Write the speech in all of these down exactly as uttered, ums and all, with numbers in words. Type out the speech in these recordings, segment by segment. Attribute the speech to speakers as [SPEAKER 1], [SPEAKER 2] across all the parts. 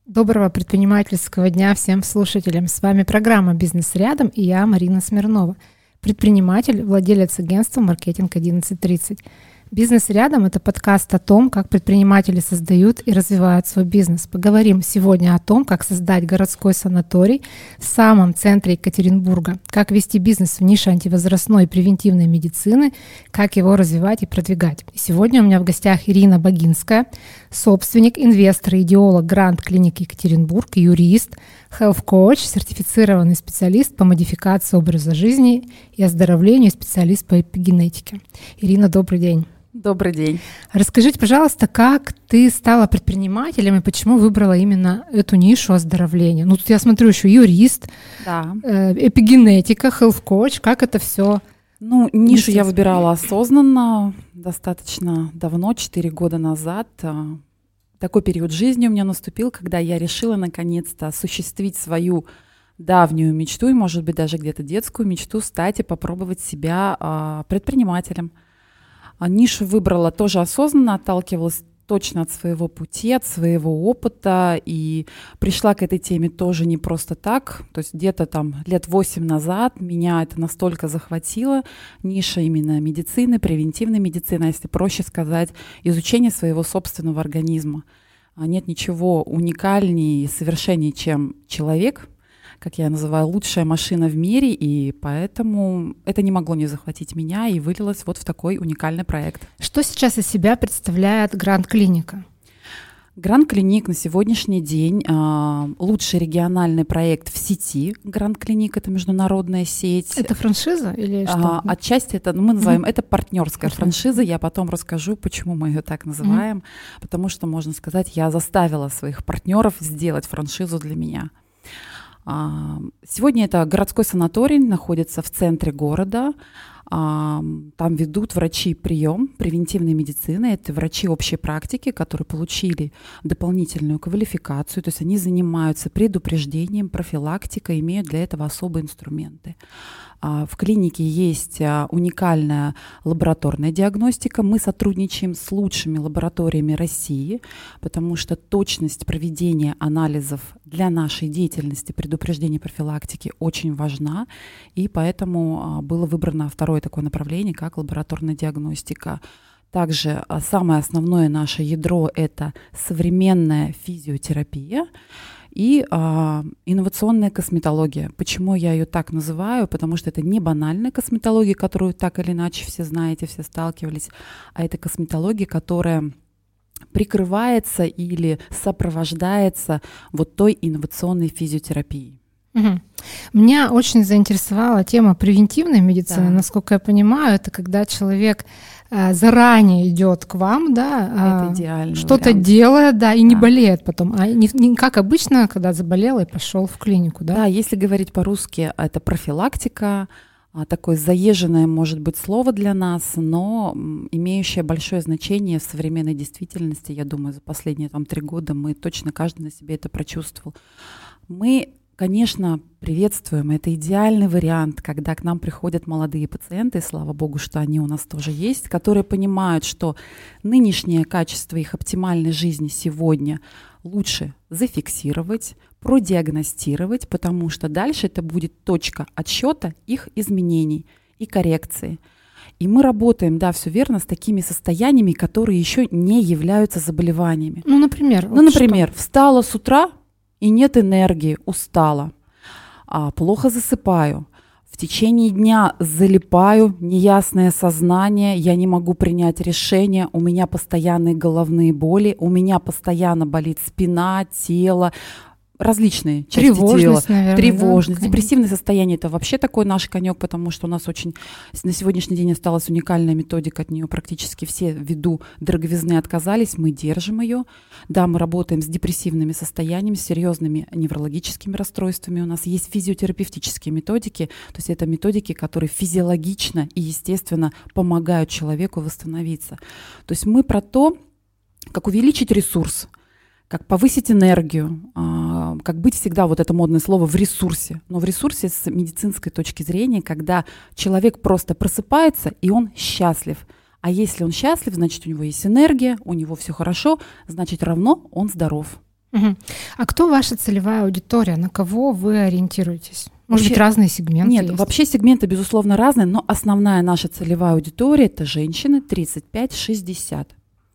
[SPEAKER 1] Доброго предпринимательского дня всем слушателям. С вами программа «Бизнес рядом» и я, Марина Смирнова, предприниматель, владелец агентства «Маркетинг одиннадцать тридцать». «Бизнес рядом» — это подкаст о том, как предприниматели создают и развивают свой бизнес. Поговорим сегодня о том, как создать городской санаторий в самом центре Екатеринбурга, как вести бизнес в нише антивозрастной и превентивной медицины, как его развивать и продвигать. И сегодня у меня в гостях Ирина Богинская, собственник, инвестор и идеолог Гранд Клиник Екатеринбург, юрист, health coach, сертифицированный специалист по модификации образа жизни и оздоровлению, специалист по эпигенетике. Ирина, добрый день.
[SPEAKER 2] Добрый день.
[SPEAKER 1] Расскажите, пожалуйста, как ты стала предпринимателем и почему выбрала именно эту нишу оздоровления? Ну, тут я смотрю еще юрист,
[SPEAKER 2] да.
[SPEAKER 1] э, эпигенетика, health coach, как это все?
[SPEAKER 2] Ну, нишу я выбирала осознанно, достаточно давно, четыре года назад. Такой период жизни у меня наступил, когда я решила наконец-то осуществить свою давнюю мечту, и, может быть, даже где-то детскую мечту, стать и попробовать себя а, предпринимателем. А нишу выбрала тоже осознанно, отталкивалась точно от своего пути, от своего опыта, и пришла к этой теме тоже не просто так. То есть где-то там лет восемь назад меня это настолько захватило, ниша именно медицины, превентивной медицины, а если проще сказать, изучение своего собственного организма. Нет ничего уникальнее и совершеннее, чем человек, как я называю, лучшая машина в мире, и поэтому это не могло не захватить меня и вылилось вот в такой уникальный проект.
[SPEAKER 1] Что сейчас из себя представляет Гранд Клиника?
[SPEAKER 2] Гранд Клиник на сегодняшний день э, лучший региональный проект в сети. Гранд Клиник — это международная сеть.
[SPEAKER 1] Это франшиза или что?
[SPEAKER 2] А, отчасти это, ну, мы называем mm-hmm. это партнерская
[SPEAKER 1] Партнер.
[SPEAKER 2] франшиза. Я потом расскажу, почему мы ее так называем, mm-hmm. потому что, можно сказать, я заставила своих партнеров сделать франшизу для меня. Сегодня это городской санаторий, находится в центре города. Там ведут врачи прием превентивной медицины. Это врачи общей практики, которые получили дополнительную квалификацию. То есть они занимаются предупреждением, профилактикой, имеют для этого особые инструменты. В клинике есть уникальная лабораторная диагностика. Мы сотрудничаем с лучшими лабораториями России, потому что точность проведения анализов для нашей деятельности предупреждения профилактики очень важна, и поэтому было выбрано второе такое направление, как лабораторная диагностика. Также самое основное наше ядро — это современная физиотерапия и а, инновационная косметология. Почему я ее так называю? Потому что это не банальная косметология, которую так или иначе все знаете, все сталкивались, а это косметология, которая прикрывается или сопровождается вот той инновационной физиотерапией.
[SPEAKER 1] Угу. Меня очень заинтересовала тема превентивной медицины. Да. Насколько я понимаю, это когда человек а, заранее идет к вам, да, а, что-то вариант. делает, да, и да. не болеет потом. А не, не как обычно, когда заболел и пошел в клинику, да?
[SPEAKER 2] Да, если говорить по-русски, это профилактика. Такое заезженное, может быть, слово для нас, но имеющее большое значение в современной действительности. Я думаю, за последние там, три года мы точно каждый на себе это прочувствовал. Мы, конечно, приветствуем. Это идеальный вариант, когда к нам приходят молодые пациенты, слава богу, что они у нас тоже есть, которые понимают, что нынешнее качество их оптимальной жизни сегодня лучше зафиксировать, продиагностировать, потому что дальше это будет точка отсчета их изменений и коррекции. И мы работаем, да, все верно, с такими состояниями, которые еще не являются заболеваниями.
[SPEAKER 1] Ну, например?
[SPEAKER 2] Ну,
[SPEAKER 1] вот
[SPEAKER 2] например,
[SPEAKER 1] что?
[SPEAKER 2] Встала с утра и нет энергии, устала, а, плохо засыпаю. В течение дня залипаю, неясное сознание, я не могу принять решение, у меня постоянные головные боли, у меня постоянно болит спина, тело, различные части
[SPEAKER 1] Тревожность,
[SPEAKER 2] тела.
[SPEAKER 1] наверное,
[SPEAKER 2] Тревожность,
[SPEAKER 1] да?
[SPEAKER 2] депрессивное состояние — это вообще такой наш конек, потому что у нас очень на сегодняшний день осталась уникальная методика, от нее практически все ввиду дороговизны отказались, мы держим ее. Да, мы работаем с депрессивными состояниями, с серьезными неврологическими расстройствами. У нас есть физиотерапевтические методики, то есть это методики, которые физиологично и естественно помогают человеку восстановиться. То есть мы про то, как увеличить ресурс, как повысить энергию, как быть всегда, вот это модное слово, в ресурсе. Но в ресурсе с медицинской точки зрения, когда человек просто просыпается, и он счастлив. А если он счастлив, значит, у него есть энергия, у него все хорошо, значит, равно он здоров.
[SPEAKER 1] Угу. А кто ваша целевая аудитория? На кого вы ориентируетесь? Может
[SPEAKER 2] вообще,
[SPEAKER 1] быть, разные сегменты
[SPEAKER 2] Нет,
[SPEAKER 1] есть?
[SPEAKER 2] вообще сегменты, безусловно, разные, но основная наша целевая аудитория – это женщины тридцать пять шестьдесят.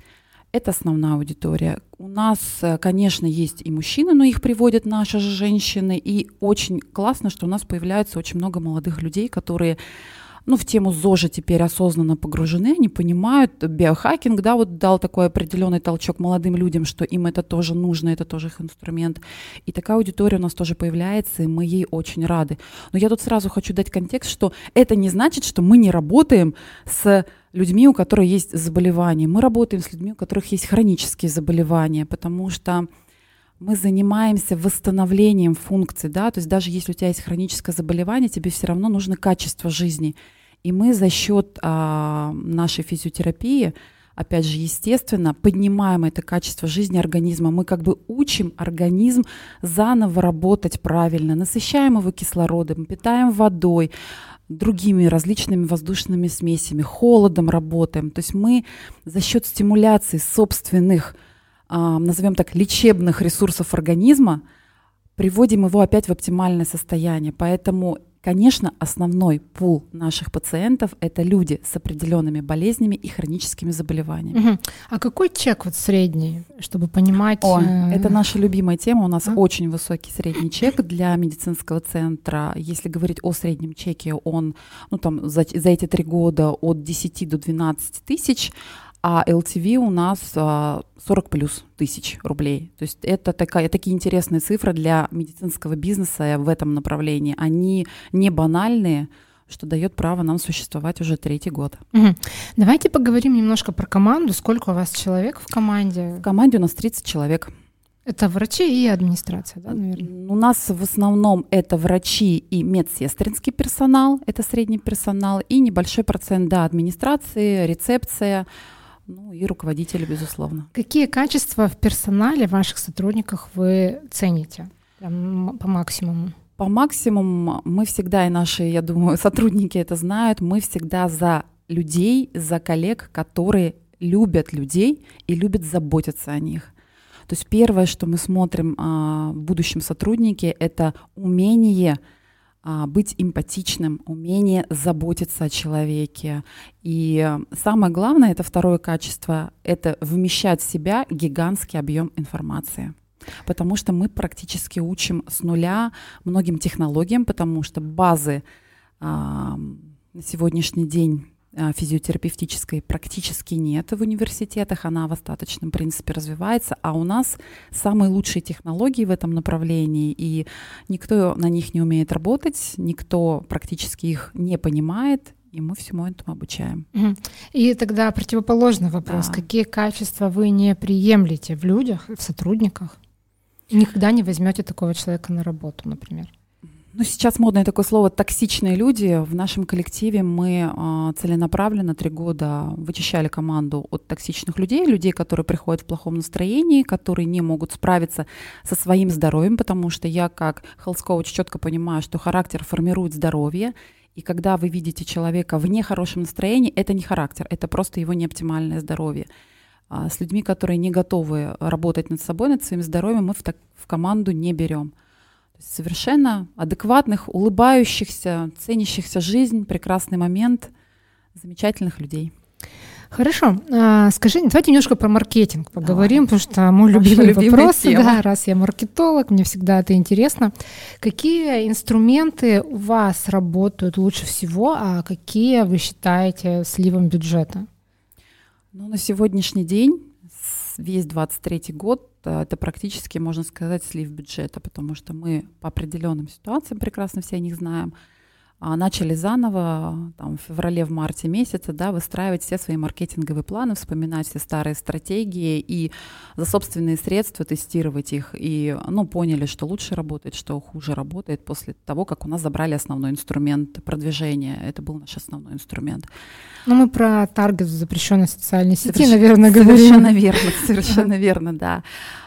[SPEAKER 2] Это основная аудитория. У нас, конечно, есть и мужчины, но их приводят наши же женщины. И очень классно, что у нас появляется очень много молодых людей, которые ну, в тему ЗОЖа теперь осознанно погружены, они понимают, биохакинг, да, вот дал такой определенный толчок молодым людям, что им это тоже нужно, это тоже их инструмент. И такая аудитория у нас тоже появляется, и мы ей очень рады. Но я тут сразу хочу дать контекст, что это не значит, что мы не работаем с людьми, у которых есть заболевания. Мы работаем с людьми, у которых есть хронические заболевания, потому что мы занимаемся восстановлением функций, да, то есть даже если у тебя есть хроническое заболевание, тебе все равно нужно качество жизни. И мы за счет а, нашей физиотерапии, опять же, естественно, поднимаем это качество жизни организма. Мы как бы учим организм заново работать правильно, насыщаем его кислородом, питаем водой, другими различными воздушными смесями, холодом работаем. То есть мы за счет стимуляции собственных, назовем так, лечебных ресурсов организма, приводим его опять в оптимальное состояние. Поэтому, конечно, основной пул наших пациентов – это люди с определенными болезнями и хроническими заболеваниями.
[SPEAKER 1] Угу. А какой чек вот средний, чтобы понимать?
[SPEAKER 2] О, это наша любимая тема. У нас
[SPEAKER 1] а?
[SPEAKER 2] очень высокий средний чек для медицинского центра. Если говорить о среднем чеке, он ну, там, за, за эти три года от десяти до двенадцати тысяч, а эл ти ви у нас сорок плюс тысяч рублей. То есть это такая, такие интересные цифры для медицинского бизнеса в этом направлении. Они не банальные, что дает право нам существовать уже третий год.
[SPEAKER 1] Угу. Давайте поговорим немножко про команду. Сколько у вас человек в команде?
[SPEAKER 2] В команде у нас тридцать человек.
[SPEAKER 1] Это врачи и администрация, да, наверное?
[SPEAKER 2] У нас в основном это врачи и медсестринский персонал, это средний персонал, и небольшой процент, да, администрации, рецепция, ну и руководители, безусловно.
[SPEAKER 1] Какие качества в персонале ваших сотрудников вы цените прям по максимуму?
[SPEAKER 2] По максимуму мы всегда, и наши, я думаю, сотрудники это знают, мы всегда за людей, за коллег, которые любят людей и любят заботиться о них. То есть первое, что мы смотрим а, в будущем сотруднике, это умение а, быть эмпатичным, умение заботиться о человеке. И самое главное, это второе качество, это вмещать в себя гигантский объем информации. Потому что мы практически учим с нуля многим технологиям, потому что базы а, на сегодняшний день физиотерапевтической практически нет в университетах, она в остаточном принципе развивается, а у нас самые лучшие технологии в этом направлении, и никто на них не умеет работать, никто практически их не понимает, и мы всему этому обучаем.
[SPEAKER 1] И тогда противоположный вопрос. Да. Какие качества вы не приемлете в людях, в сотрудниках? Никогда не возьмете такого человека на работу, например?
[SPEAKER 2] Ну, сейчас модное такое слово «токсичные люди». В нашем коллективе мы э, целенаправленно три года вычищали команду от токсичных людей, людей, которые приходят в плохом настроении, которые не могут справиться со своим здоровьем, потому что я как health-коуч четко понимаю, что характер формирует здоровье, и когда вы видите человека в нехорошем настроении, это не характер, это просто его неоптимальное здоровье. А с людьми, которые не готовы работать над собой, над своим здоровьем, мы в, так, в команду не берем. Совершенно адекватных, улыбающихся, ценящихся жизнь, прекрасный момент, замечательных людей.
[SPEAKER 1] Хорошо. А, скажи, давайте немножко про маркетинг поговорим, да. Потому что мой любимый вопрос, да, раз я маркетолог, мне всегда это интересно. Какие инструменты у вас работают лучше всего, а какие вы считаете сливом бюджета?
[SPEAKER 2] Ну, на сегодняшний день, весь двадцать третий год, это практически, можно сказать, слив бюджета, потому что мы по определенным ситуациям, прекрасно все о них знаем, начали заново там, в феврале, в марте месяце, да, выстраивать все свои маркетинговые планы, вспоминать все старые стратегии и за собственные средства тестировать их. И ну, поняли, что лучше работает, что хуже работает после того, как у нас забрали основной инструмент продвижения. Это был наш основной инструмент.
[SPEAKER 1] Ну, мы про таргет в запрещенной социальной сети,
[SPEAKER 2] Соверш...
[SPEAKER 1] наверное, говорим.
[SPEAKER 2] Совершенно верно, совершенно верно, да.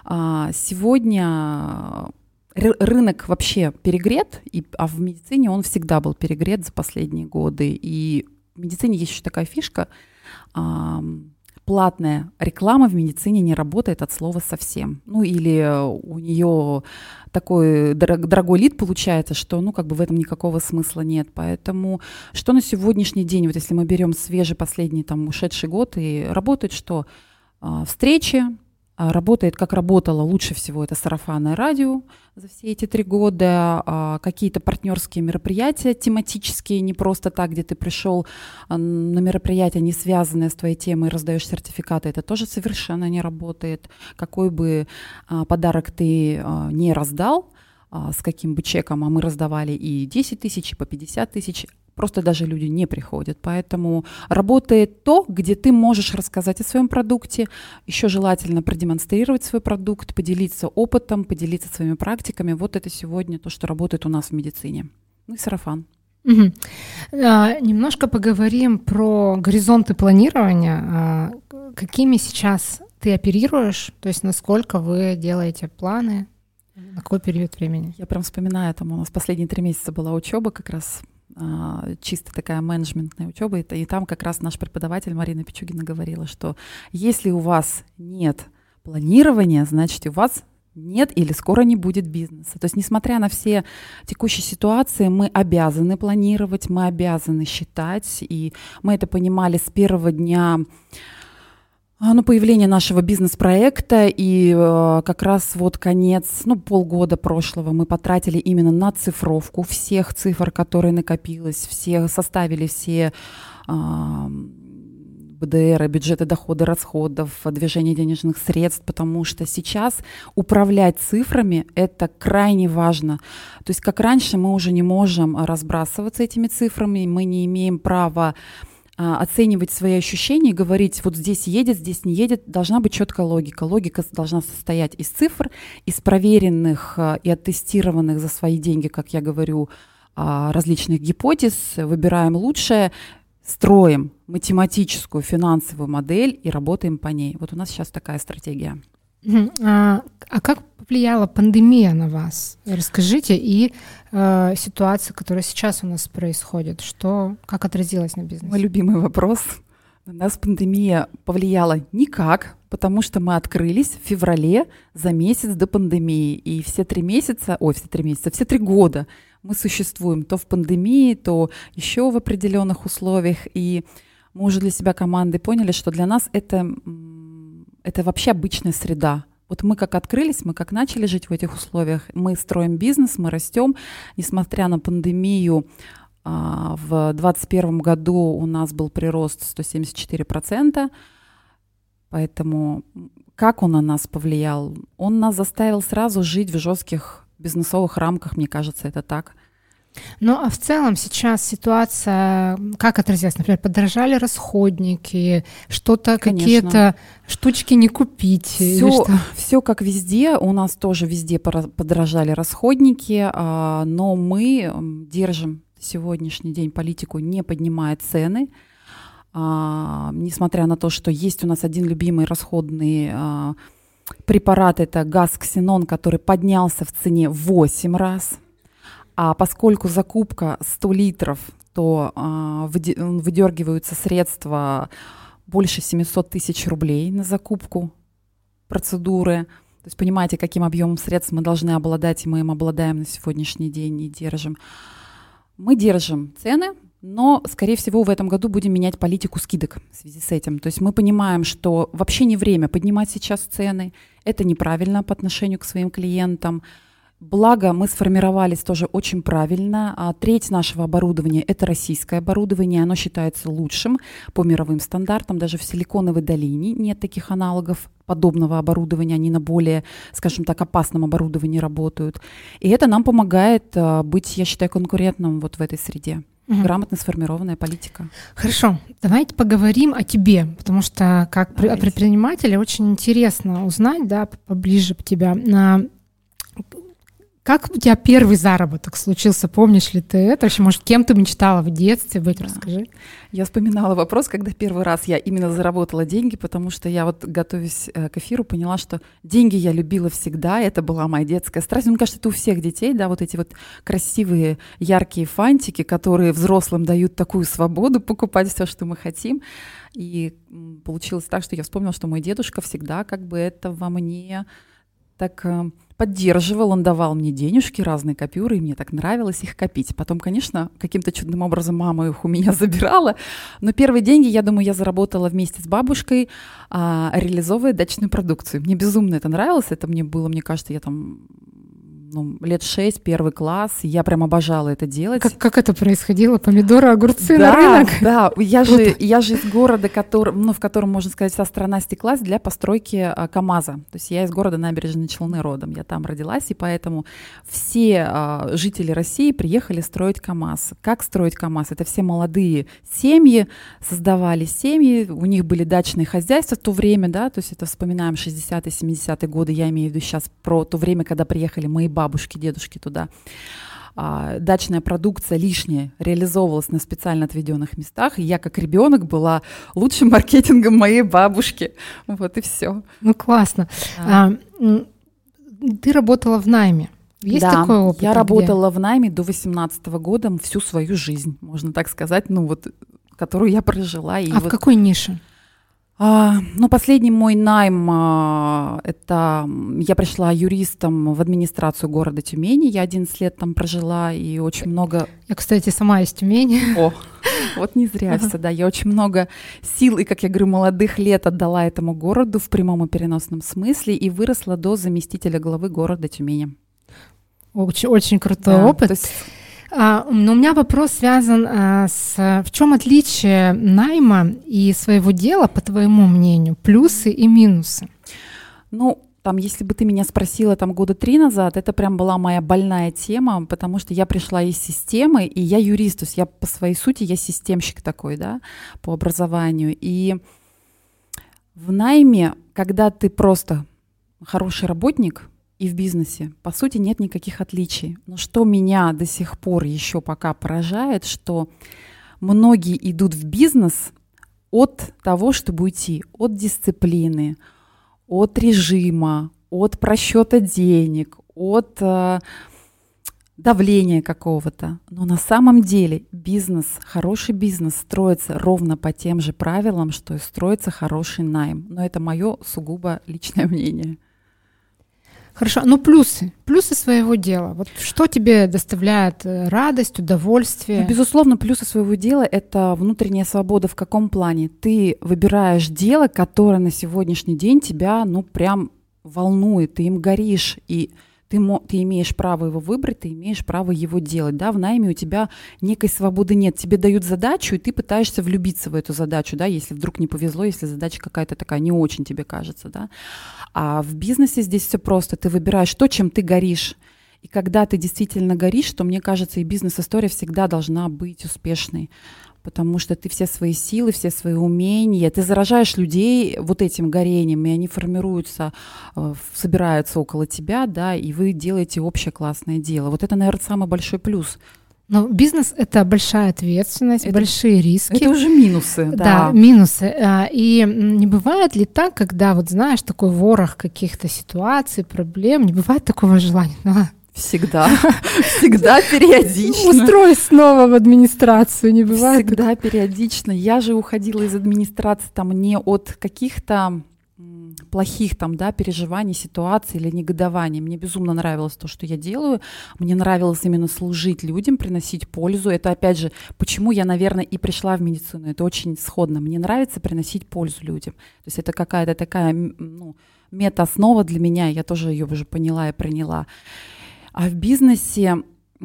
[SPEAKER 2] Сегодня рынок вообще перегрет, и, а в медицине он всегда был перегрет за последние годы. И в медицине есть еще такая фишка. платная реклама в медицине не работает от слова совсем. Ну или у нее такой дорогой лид получается, что ну как бы в этом никакого смысла нет. Поэтому что на сегодняшний день, вот если мы берем свежий последний там ушедший год, и работает что? Встречи, работает, как работало лучше всего, это сарафанное радио за все эти три года, какие-то партнерские мероприятия тематические, не просто так, где ты пришел на мероприятие, не связанное с твоей темой, раздаешь сертификаты, это тоже совершенно не работает. Какой бы подарок ты не раздал, с каким бы чеком, а мы раздавали и десять тысяч, и по пятьдесят тысяч, просто даже люди не приходят. Поэтому работает то, где ты можешь рассказать о своем продукте, еще желательно продемонстрировать свой продукт, поделиться опытом, поделиться своими практиками. Вот это сегодня то, что работает у нас в медицине. Ну и сарафан.
[SPEAKER 1] Угу. А, немножко поговорим про горизонты планирования. А, какими сейчас ты оперируешь? То есть насколько вы делаете планы? На какой период времени?
[SPEAKER 2] Я прям вспоминаю, там у нас последние три месяца была учеба как раз, чисто такая менеджментная учеба, и там как раз наш преподаватель Марина Пичугина говорила, что если у вас нет планирования, значит, у вас нет или скоро не будет бизнеса. То есть, несмотря на все текущие ситуации, мы обязаны планировать, мы обязаны считать, и мы это понимали с первого дня ну, появление нашего бизнес-проекта, и э, как раз вот конец, ну, полгода прошлого мы потратили именно на цифровку всех цифр, которые накопилось, все составили все э, бэ дэ эр, бюджеты дохода, расходов, движение денежных средств, потому что сейчас управлять цифрами – это крайне важно. То есть как раньше мы уже не можем разбрасываться этими цифрами, мы не имеем права оценивать свои ощущения и говорить, вот здесь едет, здесь не едет, должна быть четкая логика. Логика должна состоять из цифр, из проверенных и оттестированных за свои деньги, как я говорю, различных гипотез, выбираем лучшее, строим математическую финансовую модель и работаем по ней. Вот у нас сейчас такая стратегия.
[SPEAKER 1] А, а как повлияла пандемия на вас? Расскажите, и э, ситуация, которая сейчас у нас происходит, что, как отразилось на бизнесе?
[SPEAKER 2] Мой любимый вопрос. На нас пандемия повлияла никак, потому что мы открылись в феврале за месяц до пандемии. И все три месяца, ой, все три месяца, все три года мы существуем то в пандемии, то еще в определенных условиях. И мы уже для себя командой поняли, что для нас это... Это вообще обычная среда. Вот мы как открылись, мы как начали жить в этих условиях, мы строим бизнес, мы растем. Несмотря на пандемию, в двадцать первом году у нас был прирост сто семьдесят четыре процента. Поэтому как он на нас повлиял? Он нас заставил сразу жить в жестких бизнесовых рамках, мне кажется, это так.
[SPEAKER 1] Ну, а в целом сейчас ситуация как отразилась? Например, подорожали расходники, что-то, Конечно. Какие-то штучки не купить?
[SPEAKER 2] Все, все как везде, у нас тоже везде подорожали расходники, но мы держим сегодняшний день политику, не поднимая цены, несмотря на то, что есть у нас один любимый расходный препарат, это газ ксенон, который поднялся в цене в восемь раз. А поскольку закупка сто литров, то э, выдергиваются средства больше семьсот тысяч рублей на закупку процедуры. То есть понимаете, каким объемом средств мы должны обладать, и мы им обладаем на сегодняшний день и держим. Мы держим цены, но, скорее всего, в этом году будем менять политику скидок в связи с этим. То есть мы понимаем, что вообще не время поднимать сейчас цены. Это неправильно по отношению к своим клиентам. Благо, мы сформировались тоже очень правильно. А треть нашего оборудования – это российское оборудование. Оно считается лучшим по мировым стандартам. Даже в Силиконовой долине нет таких аналогов подобного оборудования. Они на более, скажем так, опасном оборудовании работают. И это нам помогает быть, я считаю, конкурентным вот в этой среде. Угу. Грамотно сформированная политика.
[SPEAKER 1] Хорошо, давайте поговорим о тебе, потому что как давайте. Предпринимателя очень интересно узнать, да, поближе тебя. как у тебя первый заработок случился? Помнишь ли ты это? Вообще, может, кем ты мечтала в детстве быть? Да. Расскажи.
[SPEAKER 2] Я вспоминала вопрос, когда первый раз я именно заработала деньги, потому что я вот, готовясь к эфиру, поняла, что деньги я любила всегда, это была моя детская страсть. Мне кажется, это у всех детей, да, вот эти вот красивые, яркие фантики, которые взрослым дают такую свободу покупать все, что мы хотим. И получилось так, что я вспомнила, что мой дедушка всегда как бы это во мне так поддерживал, он давал мне денежки, разные купюры, и мне так нравилось их копить. Потом, конечно, каким-то чудным образом мама их у меня забирала, но первые деньги, я думаю, я заработала вместе с бабушкой, а, реализовывая дачную продукцию. Мне безумно это нравилось, это мне было, мне кажется, я там... Ну, лет шесть, первый класс, и я прям обожала это делать.
[SPEAKER 1] Как, как это происходило? Помидоры, огурцы
[SPEAKER 2] да,
[SPEAKER 1] на рынок?
[SPEAKER 2] Да, я же, я же из города, который, ну, в котором, можно сказать, вся страна стеклась для постройки а, КАМАЗа. То есть я из города Набережные Челны родом, я там родилась, и поэтому все а, жители России приехали строить КАМАЗ. Как строить КАМАЗ? Это все молодые семьи, создавали семьи, у них были дачные хозяйства в то время, да, то есть это вспоминаем шестидесятые, семидесятые годы, я имею в виду сейчас про то время, когда приехали мои бабушки, дедушки туда. А, дачная продукция лишняя реализовывалась на специально отведенных местах, и я как ребенок была лучшим маркетингом моей бабушки. Вот и все.
[SPEAKER 1] Ну классно. Да. А, ты работала в найме. Есть
[SPEAKER 2] да,
[SPEAKER 1] такой опыт?
[SPEAKER 2] Я работала где? в найме до восемнадцатого года всю свою жизнь, можно так сказать, ну вот, которую я прожила. И
[SPEAKER 1] а
[SPEAKER 2] вот...
[SPEAKER 1] в какой нише?
[SPEAKER 2] А, ну, последний мой найм, а, это я пришла юристом в администрацию города Тюмени, я одиннадцать лет там прожила и очень много...
[SPEAKER 1] Я, кстати, сама из Тюмени.
[SPEAKER 2] О, вот не зря все, да, я очень много сил и, как я говорю, молодых лет отдала этому городу в прямом и переносном смысле и выросла до заместителя главы города Тюмени.
[SPEAKER 1] Очень, очень крутой да, опыт. Есть... А, но у меня вопрос связан а, с... В чем отличие найма и своего дела, по твоему мнению? Плюсы и минусы?
[SPEAKER 2] Ну, там, если бы ты меня спросила там года три назад, это прям была моя больная тема, потому что я пришла из системы, и я юрист, то есть я по своей сути, я системщик такой, да, по образованию. И в найме, когда ты просто хороший работник, и в бизнесе, по сути, нет никаких отличий. Но что меня до сих пор еще пока поражает, что многие идут в бизнес от того, чтобы уйти от дисциплины, от режима, от просчета денег, от э, давления какого-то. Но на самом деле бизнес, хороший бизнес строится ровно по тем же правилам, что и строится хороший найм. Но это мое сугубо личное мнение.
[SPEAKER 1] Хорошо, ну плюсы, плюсы своего дела. Вот что тебе доставляет радость, удовольствие?
[SPEAKER 2] Ну, безусловно, плюсы своего дела — это внутренняя свобода. В каком плане? Ты выбираешь дело, которое на сегодняшний день тебя, ну, прям волнует, ты им горишь, и ты, ты имеешь право его выбрать, ты имеешь право его делать. Да? В найме у тебя некой свободы нет. Тебе дают задачу, и ты пытаешься влюбиться в эту задачу, да? Если вдруг не повезло, если задача какая-то такая не очень тебе кажется. Да? А в бизнесе здесь все просто. Ты выбираешь то, чем ты горишь. И когда ты действительно горишь, то, мне кажется, и бизнес-история всегда должна быть успешной. Потому что ты все свои силы, все свои умения, ты заражаешь людей вот этим горением, и они формируются, собираются около тебя, да, и вы делаете общее классное дело. Вот это, наверное, самый большой плюс.
[SPEAKER 1] Но бизнес — это большая ответственность, это, большие риски.
[SPEAKER 2] Это уже минусы.
[SPEAKER 1] Да, да, минусы. И не бывает ли так, когда, вот знаешь, такой ворох каких-то ситуаций, проблем, не бывает такого желания?
[SPEAKER 2] Всегда, всегда периодично.
[SPEAKER 1] Устроюсь снова в администрацию, не бывает?
[SPEAKER 2] Всегда периодично. Я же уходила из администрации там не от каких-то плохих там, да, переживаний, ситуаций или негодований. Мне безумно нравилось то, что я делаю. Мне нравилось именно служить людям, приносить пользу. Это, опять же, почему я, наверное, и пришла в медицину. Это очень сходно. Мне нравится приносить пользу людям. То есть это какая-то такая, ну, мета-основа для меня. Я тоже ее уже поняла и приняла. А в бизнесе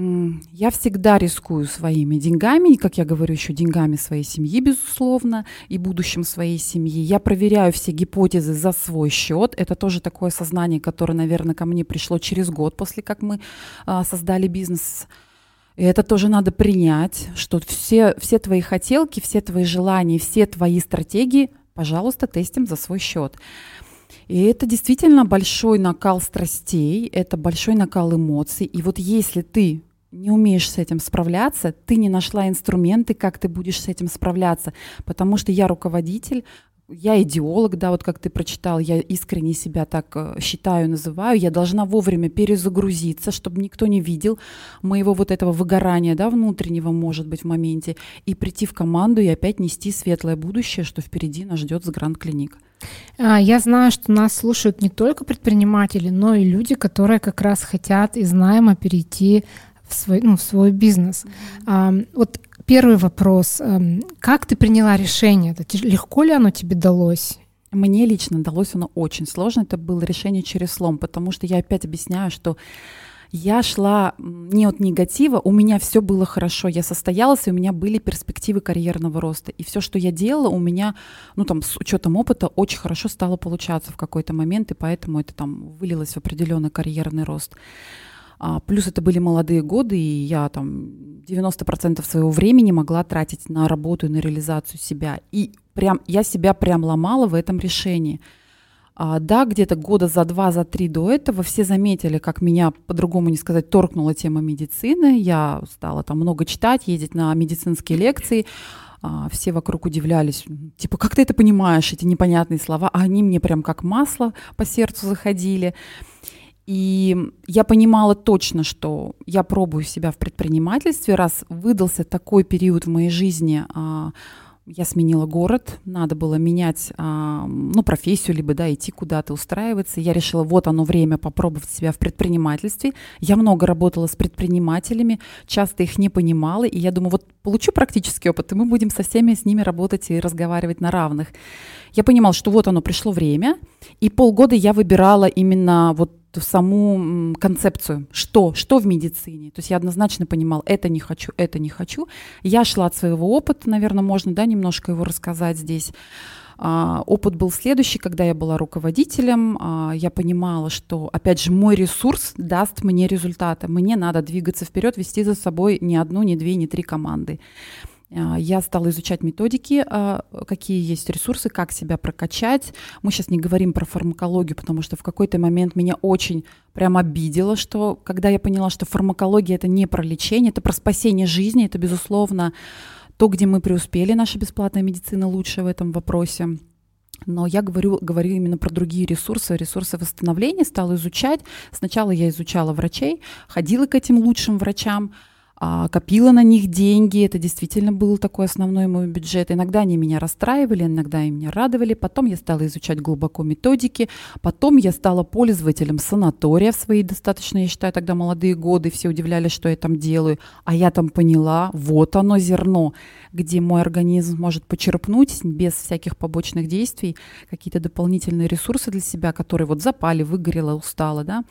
[SPEAKER 2] я всегда рискую своими деньгами, как я говорю, еще деньгами своей семьи, безусловно, и будущим своей семьи. Я проверяю все гипотезы за свой счет. Это тоже такое сознание, которое, наверное, ко мне пришло через год после как мы а, создали бизнес. И это тоже надо принять, что все, все твои хотелки, все твои желания, все твои стратегии, пожалуйста, тестим за свой счет. И это действительно большой накал страстей, это большой накал эмоций. И вот если ты не умеешь с этим справляться, ты не нашла инструменты, как ты будешь с этим справляться. Потому что я руководитель, я идеолог, да, вот как ты прочитал, я искренне себя так считаю, называю, я должна вовремя перезагрузиться, чтобы никто не видел моего вот этого выгорания, да, внутреннего, может быть, в моменте, и прийти в команду и опять нести светлое будущее, что впереди нас ждет с Гранд Клиник.
[SPEAKER 1] Я знаю, что нас слушают не только предприниматели, но и люди, которые как раз хотят из найма перейти в свой, ну, в свой бизнес. Mm-hmm. Вот первый вопрос. Как ты приняла решение? Легко ли оно тебе далось?
[SPEAKER 2] Мне лично далось оно очень сложно. Это было решение через слом, потому что я опять объясняю, что я шла не от негатива, у меня все было хорошо, я состоялась, и у меня были перспективы карьерного роста. И все, что я делала, у меня, ну там, с учетом опыта, очень хорошо стало получаться в какой-то момент, и поэтому это там вылилось в определенный карьерный рост. А, плюс это были молодые годы, и я там девяносто процентов своего времени могла тратить на работу и на реализацию себя. И прям я себя прям ломала в этом решении. А, да, где-то года за два, за три до этого все заметили, как меня, по-другому не сказать, торкнула тема медицины. Я стала там много читать, ездить на медицинские лекции. А, все вокруг удивлялись, типа, как ты это понимаешь, эти непонятные слова? А они мне прям как масло по сердцу заходили. И я понимала точно, что я пробую себя в предпринимательстве, раз выдался такой период в моей жизни, я сменила город, надо было менять ну, профессию, либо да, идти куда-то, устраиваться. Я решила, вот оно время попробовать себя в предпринимательстве. Я много работала с предпринимателями, часто их не понимала, и я думаю, вот получу практический опыт, и мы будем со всеми с ними работать и разговаривать на равных. Я понимала, что вот оно, пришло время, и полгода я выбирала именно вот саму концепцию, что, что в медицине. То есть я однозначно понимала, это не хочу, это не хочу. Я шла от своего опыта, наверное, можно, да, немножко его рассказать здесь. А, опыт был следующий, когда я была руководителем, а, я понимала, что, опять же, мой ресурс даст мне результаты. Мне надо двигаться вперед, вести за собой ни одну, ни две, ни три команды. Я стала изучать методики, какие есть ресурсы, как себя прокачать. Мы сейчас не говорим про фармакологию, потому что в какой-то момент меня очень прям обидело, что когда я поняла, что фармакология — это не про лечение, это про спасение жизни, это, безусловно, то, где мы преуспели, наша бесплатная медицина лучше в этом вопросе. Но я говорю, говорю именно про другие ресурсы, ресурсы восстановления, стала изучать. Сначала я изучала врачей, ходила к этим лучшим врачам, копила на них деньги, это действительно был такой основной мой бюджет. Иногда они меня расстраивали, иногда они меня радовали. Потом я стала изучать глубоко методики, потом я стала пользователем санатория в свои достаточно, я считаю, тогда молодые годы. Все удивлялись, что я там делаю, а я там поняла, вот оно зерно, где мой организм может почерпнуть без всяких побочных действий какие-то дополнительные ресурсы для себя, которые вот запали, выгорела, устала, да.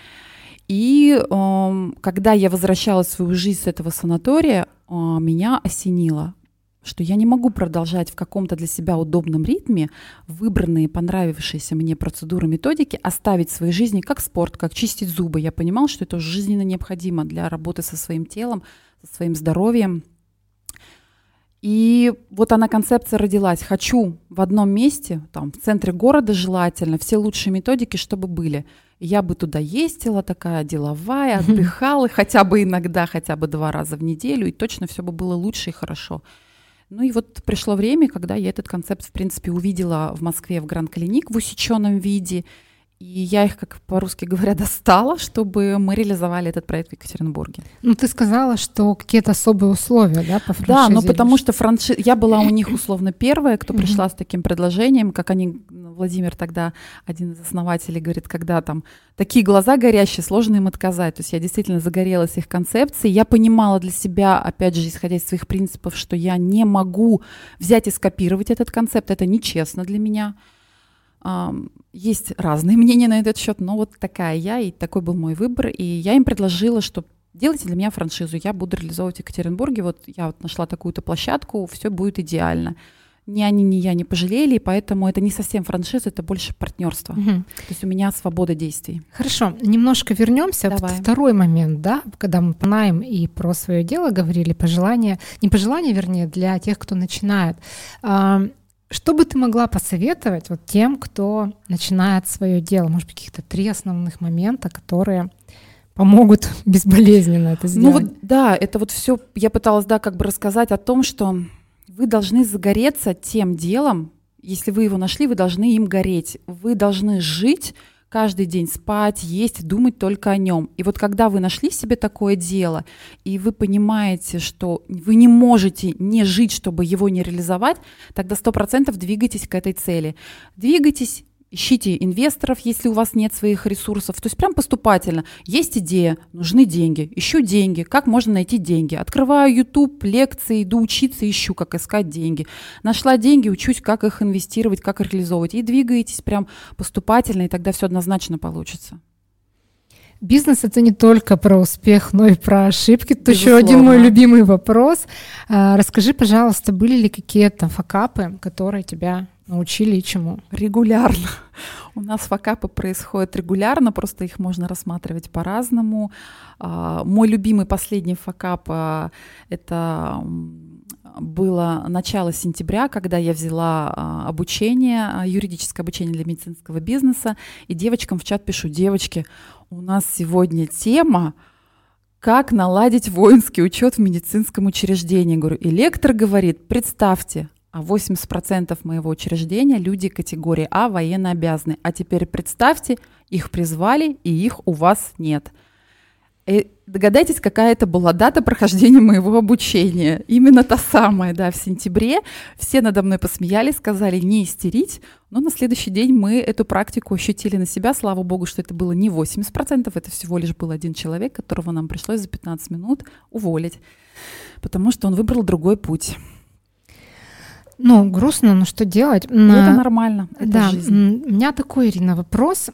[SPEAKER 2] И э, когда я возвращалась в свою жизнь с этого санатория, э, меня осенило, что я не могу продолжать в каком-то для себя удобном ритме выбранные, понравившиеся мне процедуры, методики, оставить в своей жизни как спорт, как чистить зубы. Я понимала, что это жизненно необходимо для работы со своим телом, со своим здоровьем. И вот она, концепция родилась. Хочу в одном месте, там, в центре города желательно, все лучшие методики, чтобы были. Я бы туда ездила, такая деловая, отдыхала, хотя бы иногда, хотя бы два раза в неделю, и точно все бы было лучше и хорошо. Ну и вот пришло время, когда я этот концепт, в принципе, увидела в Москве в Гранд Клиник в усеченном виде, и я их, как по-русски говоря, достала, чтобы мы реализовали этот проект в Екатеринбурге.
[SPEAKER 1] Ну, ты сказала, что какие-то особые условия, да, по франшизе?
[SPEAKER 2] Да, ну потому что франши... я была у них условно первая, кто пришла с таким предложением, как они, Владимир тогда, один из основателей, говорит, когда там такие глаза горящие, сложно им отказать. То есть я действительно загорелась их концепцией. Я понимала для себя, опять же, исходя из своих принципов, что я не могу взять и скопировать этот концепт, это нечестно для меня. Есть разные мнения на этот счет, но вот такая я, и такой был мой выбор. И я им предложила, что делайте для меня франшизу, я буду реализовывать в Екатеринбурге. Вот я вот нашла такую-то площадку, все будет идеально. Ни они, ни я не пожалели, и поэтому это не совсем франшиза, это больше партнерство. Угу. То есть у меня свобода действий.
[SPEAKER 1] Хорошо, немножко вернемся в второй момент, да, когда мы про найм и про свое дело говорили, пожелания, не пожелания, вернее, для тех, кто начинает. что бы ты могла посоветовать вот тем, кто начинает свое дело? Может быть, каких-то три основных момента, которые помогут безболезненно это сделать?
[SPEAKER 2] Ну вот, да, это вот все, я пыталась, да, как бы рассказать о том, что вы должны загореться тем делом, если вы его нашли, вы должны им гореть. Вы должны жить каждый день, спать, есть, думать только о нем. И вот когда вы нашли себе такое дело, и вы понимаете, что вы не можете не жить, чтобы его не реализовать, тогда сто процентов двигайтесь к этой цели. Двигайтесь, ищите инвесторов, если у вас нет своих ресурсов. То есть прям поступательно. Есть идея, нужны деньги. Ищу деньги. Как можно найти деньги? Открываю YouTube, лекции, иду учиться, ищу, как искать деньги. Нашла деньги, учусь, как их инвестировать, как их реализовывать. И двигаетесь прям поступательно, и тогда все однозначно получится.
[SPEAKER 1] Бизнес — это не только про успех, но и про ошибки. Тут еще один мой любимый вопрос. Расскажи, пожалуйста, были ли какие-то факапы, которые тебя научили и чему?
[SPEAKER 2] Регулярно. У нас факапы происходят регулярно, просто их можно рассматривать по-разному. Мой любимый последний факап — это было начало сентября, когда я взяла обучение, юридическое обучение для медицинского бизнеса, и девочкам в чат пишу: девочки, у нас сегодня тема «Как наладить воинский учет в медицинском учреждении». Говорю, и лектор говорит: представьте, а восемьдесят процентов моего учреждения люди категории А, военнообязанные. А теперь представьте, их призвали, и их у вас нет. И догадайтесь, какая это была дата прохождения моего обучения. Именно та самая, да, в сентябре. Все надо мной посмеялись, сказали не истерить. Но на следующий день мы эту практику ощутили на себя. Слава богу, что это было не восемьдесят процентов, это всего лишь был один человек, которого нам пришлось за пятнадцать минут уволить, потому что он выбрал другой путь.
[SPEAKER 1] Ну, грустно, но что делать?
[SPEAKER 2] Это нормально, это
[SPEAKER 1] да,
[SPEAKER 2] жизнь.
[SPEAKER 1] У меня такой, Ирина, вопрос.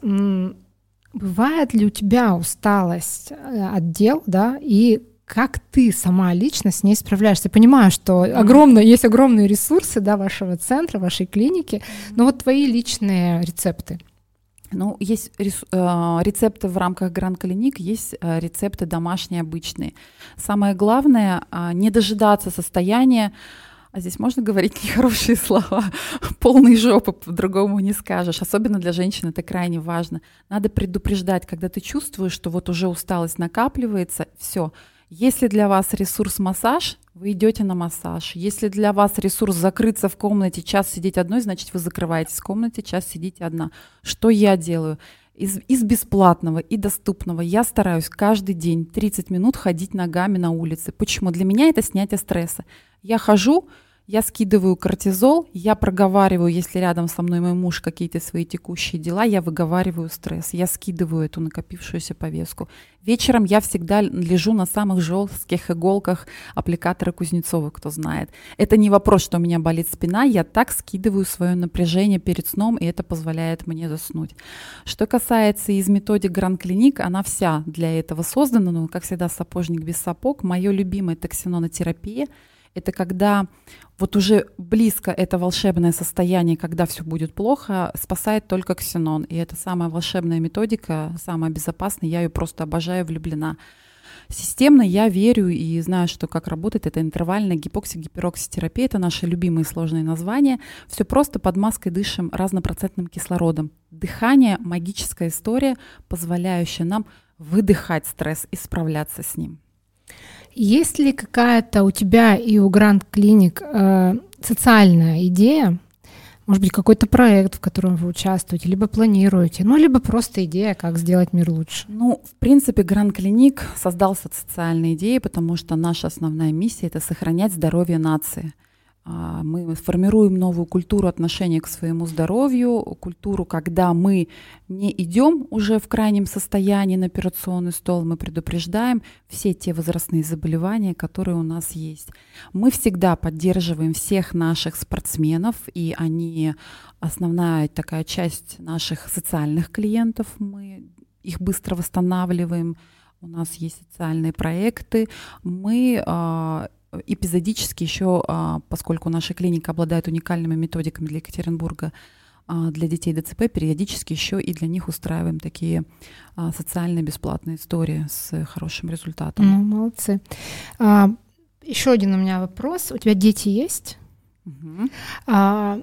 [SPEAKER 1] Бывает ли у тебя усталость от дел, да, и как ты сама лично с ней справляешься? Я понимаю, что mm-hmm. огромно, есть огромные ресурсы, да, вашего центра, вашей клиники, mm-hmm. но вот твои личные рецепты.
[SPEAKER 2] Ну, есть рецепты в рамках Grand Clinic, есть рецепты домашние, обычные. Самое главное — не дожидаться состояния, а здесь можно говорить нехорошие слова, полной жопы, по-другому не скажешь. Особенно для женщин это крайне важно. Надо предупреждать, когда ты чувствуешь, что вот уже усталость накапливается, все. Если для вас ресурс массаж, вы идете на массаж. Если для вас ресурс закрыться в комнате, час сидеть одной, значит, вы закрываетесь в комнате, час сидите одна. Что я делаю? Из, из бесплатного и доступного я стараюсь каждый день тридцать минут ходить ногами на улице. Почему? Для меня это снятие стресса. Я хожу, я скидываю кортизол, я проговариваю, если рядом со мной мой муж, какие-то свои текущие дела, я выговариваю стресс, я скидываю эту накопившуюся повестку. Вечером я всегда лежу на самых жестких иголках аппликатора Кузнецова, кто знает. Это не вопрос, что у меня болит спина, я так скидываю свое напряжение перед сном, и это позволяет мне заснуть. Что касается из методик Grand Clinic, она вся для этого создана, но, как всегда, сапожник без сапог. Мое любимое — токсинонотерапия. Это когда вот уже близко это волшебное состояние, когда все будет плохо, спасает только ксенон. И это самая волшебная методика, самая безопасная. Я ее просто обожаю, влюблена. Системно я верю и знаю, что как работает. Это интервальная гипокси-гиперокситерапия. Это наши любимые сложные названия. Все просто, под маской дышим разнопроцентным кислородом. Дыхание — магическая история, позволяющая нам выдыхать стресс и справляться с ним.
[SPEAKER 1] Есть ли какая-то у тебя и у Grand Clinic э, социальная идея, может быть, какой-то проект, в котором вы участвуете, либо планируете, ну, либо просто идея, как сделать мир лучше?
[SPEAKER 2] Ну, в принципе, Grand Clinic создался от социальной идеи, потому что наша основная миссия — это сохранять здоровье нации. Мы формируем новую культуру отношения к своему здоровью, культуру, когда мы не идем уже в крайнем состоянии на операционный стол, мы предупреждаем все те возрастные заболевания, которые у нас есть. Мы всегда поддерживаем всех наших спортсменов, и они основная такая часть наших социальных клиентов, мы их быстро восстанавливаем, у нас есть социальные проекты, мы эпизодически еще, поскольку наша клиника обладает уникальными методиками для Екатеринбурга, для детей ДЦП, периодически еще и для них устраиваем такие социальные бесплатные истории с хорошим результатом.
[SPEAKER 1] Ну, молодцы. А, еще один у меня вопрос. У тебя дети есть?
[SPEAKER 2] Угу.
[SPEAKER 1] А,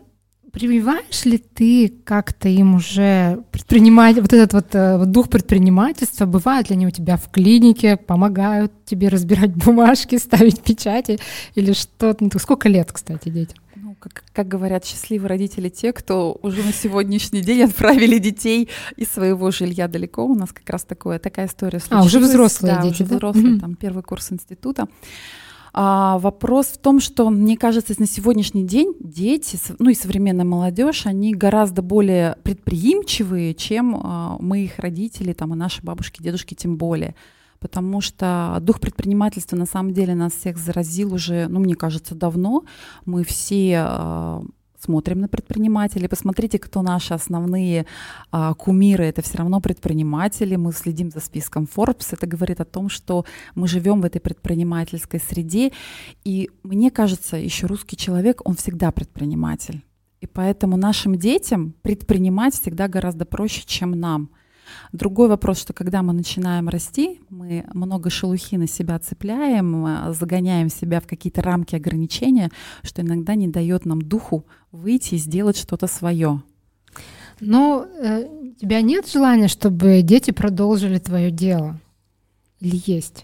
[SPEAKER 1] Прививаешь ли ты как-то им уже предпринимать вот этот вот, вот дух предпринимательства? Бывают ли они у тебя в клинике, помогают тебе разбирать бумажки, ставить печати или что-то? Ну, сколько лет, кстати, детям?
[SPEAKER 2] Ну, как, как говорят счастливые родители, те, кто уже на сегодняшний день отправили детей из своего жилья далеко. У нас как раз такое, такая история случилась.
[SPEAKER 1] А, уже взрослые
[SPEAKER 2] да,
[SPEAKER 1] дети,
[SPEAKER 2] уже
[SPEAKER 1] да?
[SPEAKER 2] взрослые,
[SPEAKER 1] Mm-hmm.
[SPEAKER 2] там первый курс института. А вопрос в том, что, мне кажется, на сегодняшний день дети, ну и современная молодежь, они гораздо более предприимчивые, чем а, мы, их родители, там, и наши бабушки, дедушки тем более. Потому что дух предпринимательства на самом деле нас всех заразил уже, ну, мне кажется, давно. Мы все а, смотрим на предпринимателей. Посмотрите, кто наши основные а, кумиры. Это все равно предприниматели. Мы следим за списком Forbes. Это говорит о том, что мы живем в этой предпринимательской среде. И мне кажется, еще русский человек, он всегда предприниматель. И поэтому нашим детям предпринимать всегда гораздо проще, чем нам. Другой вопрос, что когда мы начинаем расти, мы много шелухи на себя цепляем, загоняем себя в какие-то рамки ограничения, что иногда не дает нам духу выйти и сделать что-то свое.
[SPEAKER 1] Но э, у тебя нет желания, чтобы дети продолжили твое дело? Или есть?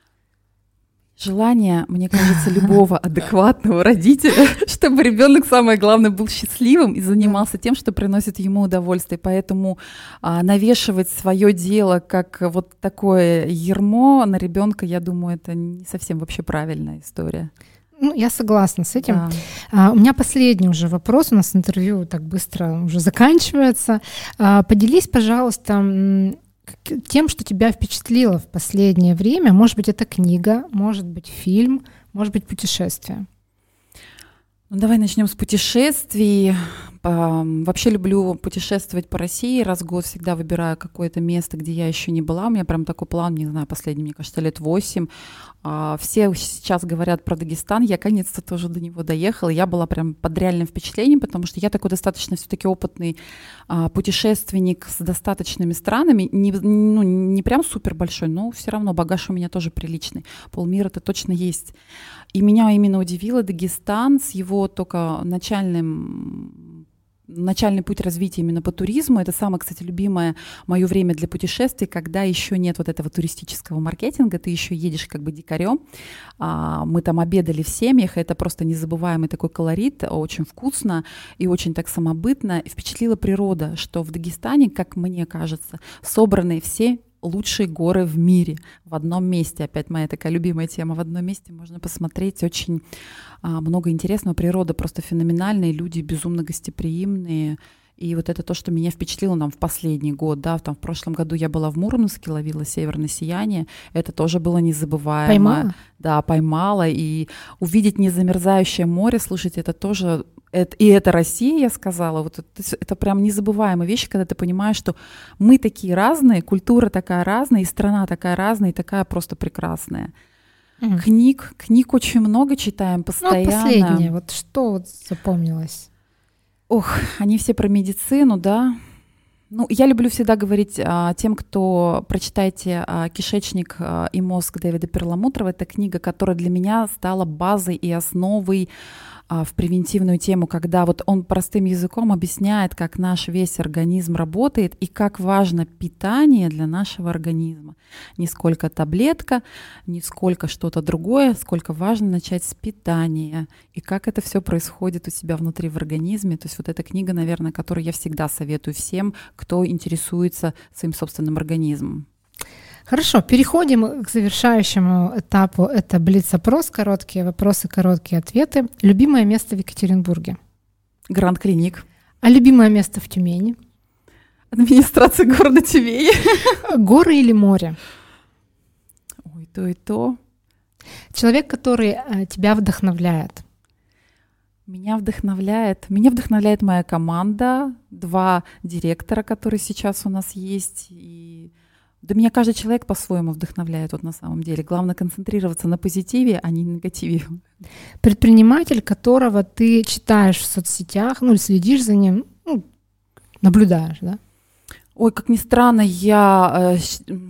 [SPEAKER 2] Желание, мне кажется, любого адекватного родителя, чтобы ребенок, самое главное, был счастливым и занимался тем, что приносит ему удовольствие. Поэтому а, навешивать свое дело как вот такое ярмо на ребенка, я думаю, это не совсем вообще правильная история.
[SPEAKER 1] Ну, я согласна с этим.
[SPEAKER 2] Да.
[SPEAKER 1] А, у меня последний уже вопрос. У нас интервью так быстро уже заканчивается. А, поделись, пожалуйста, тем, что тебя впечатлило в последнее время. Может быть, это книга, может быть, фильм, может быть, путешествие.
[SPEAKER 2] Ну, давай начнем с путешествий. Вообще люблю путешествовать по России. Раз в год всегда выбираю какое-то место, где я еще не была. У меня прям такой план, не знаю, последние, мне кажется, лет восемь. Все сейчас говорят про Дагестан. Я, наконец-то, тоже до него доехала. Я была прям под реальным впечатлением, потому что я такой достаточно все-таки опытный путешественник с достаточными странами. Не, ну, не прям супер большой, но все равно багаж у меня тоже приличный. Полмира-то точно есть. И меня именно удивило Дагестан с его только начальным, начальный путь развития именно по туризму. Это самое, кстати, любимое мое время для путешествий, когда еще нет вот этого туристического маркетинга, ты еще едешь как бы дикарем. Мы там обедали в семьях, это просто незабываемый такой колорит, очень вкусно и очень так самобытно. И впечатлила природа, что в Дагестане, как мне кажется, собраны все лучшие горы в мире в одном месте. Опять моя такая любимая тема. В одном месте можно посмотреть очень а, много интересного. Природа просто феноменальная, люди безумно гостеприимные. И вот это то, что меня впечатлило нам в последний год. Да, там в прошлом году я была в Мурманске, ловила северное сияние. Это тоже было незабываемо.
[SPEAKER 1] Поймала?
[SPEAKER 2] Да, поймала. И увидеть незамерзающее море, слушайте, это тоже... Это, и это Россия, я сказала. Вот это, это прям незабываемая вещь, когда ты понимаешь, что мы такие разные, культура такая разная, и страна такая разная, и такая просто прекрасная. Mm. Книг, книг очень много читаем постоянно.
[SPEAKER 1] Ну, последнее, вот что вот запомнилось?
[SPEAKER 2] Ох, они все про медицину, да. Ну, я люблю всегда говорить а, тем, кто прочитайте а, «Кишечник а, и мозг» Дэвида Перламутрова. Это книга, которая для меня стала базой и основой а, в превентивную тему, когда вот он простым языком объясняет, как наш весь организм работает и как важно питание для нашего организма. Не сколько таблетка, не сколько что-то другое, сколько важно начать с питания и как это все происходит у себя внутри в организме. То есть вот эта книга, наверное, которую я всегда советую всем, кто интересуется своим собственным организмом.
[SPEAKER 1] Хорошо, переходим к завершающему этапу. Это блиц-опрос, короткие вопросы, короткие ответы. Любимое место в Екатеринбурге?
[SPEAKER 2] Гранд Клиник.
[SPEAKER 1] А любимое место в Тюмени?
[SPEAKER 2] Администрация города Тюмени.
[SPEAKER 1] Горы или море?
[SPEAKER 2] Ой, то и то.
[SPEAKER 1] Человек, который тебя вдохновляет?
[SPEAKER 2] Меня вдохновляет, меня вдохновляет моя команда, два директора, которые сейчас у нас есть. И да меня каждый человек по-своему вдохновляет вот на самом деле. Главное концентрироваться на позитиве, а не на негативе.
[SPEAKER 1] Предприниматель, которого ты читаешь в соцсетях, ну или следишь за ним, ну, наблюдаешь, да?
[SPEAKER 2] Ой, как ни странно, я... Э,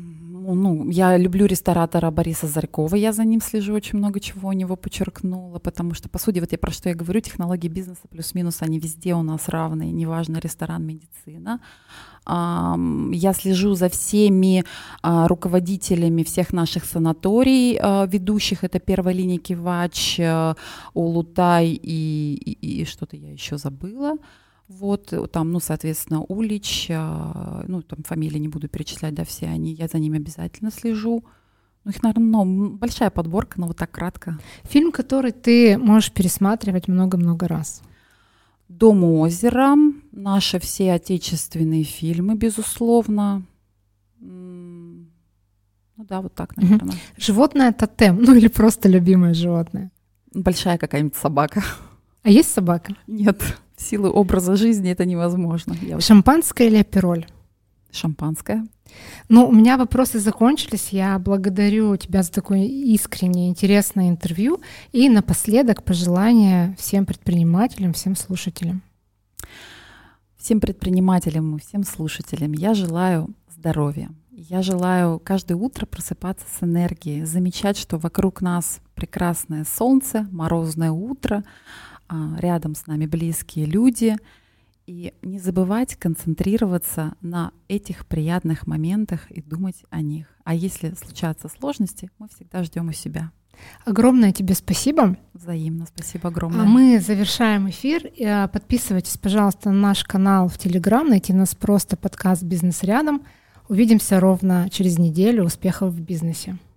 [SPEAKER 2] Ну, я люблю ресторатора Бориса Зарькова, я за ним слежу, очень много чего у него подчеркнула, потому что, по сути, вот я про что я говорю, технологии бизнеса плюс-минус, они везде у нас равные, неважно, ресторан, медицина. Я слежу за всеми руководителями всех наших санаторий ведущих, это первая линия Кивач, Улутай и, и, и что-то я еще забыла. Вот, там, ну, соответственно, Улич, ну, там фамилии не буду перечислять, да, все они, я за ними обязательно слежу. Ну, их, наверное, ну, большая подборка, но вот так кратко.
[SPEAKER 1] Фильм, который ты можешь пересматривать много-много раз?
[SPEAKER 2] «Дом у озера», наши все отечественные фильмы, безусловно. Ну да, вот так, наверное.
[SPEAKER 1] Угу. Животное тотем, ну или просто любимое животное?
[SPEAKER 2] Большая какая-нибудь собака.
[SPEAKER 1] А есть собака?
[SPEAKER 2] Нет. Силы образа жизни это невозможно. Я
[SPEAKER 1] Шампанское или апероль?
[SPEAKER 2] Шампанское.
[SPEAKER 1] Ну, у меня вопросы закончились. Я благодарю тебя за такое искреннее, интересное интервью. И напоследок пожелания всем предпринимателям, всем слушателям.
[SPEAKER 2] Всем предпринимателям и всем слушателям я желаю здоровья. Я желаю каждое утро просыпаться с энергией, замечать, что вокруг нас прекрасное солнце, морозное утро, рядом с нами близкие люди, и не забывать концентрироваться на этих приятных моментах и думать о них. А если случатся сложности, мы всегда ждем у себя.
[SPEAKER 1] Огромное тебе спасибо.
[SPEAKER 2] Взаимно, спасибо огромное.
[SPEAKER 1] А мы завершаем эфир. Подписывайтесь, пожалуйста, на наш канал в Телеграм, найти нас просто подкаст «Бизнес рядом». Увидимся ровно через неделю. Успехов в бизнесе.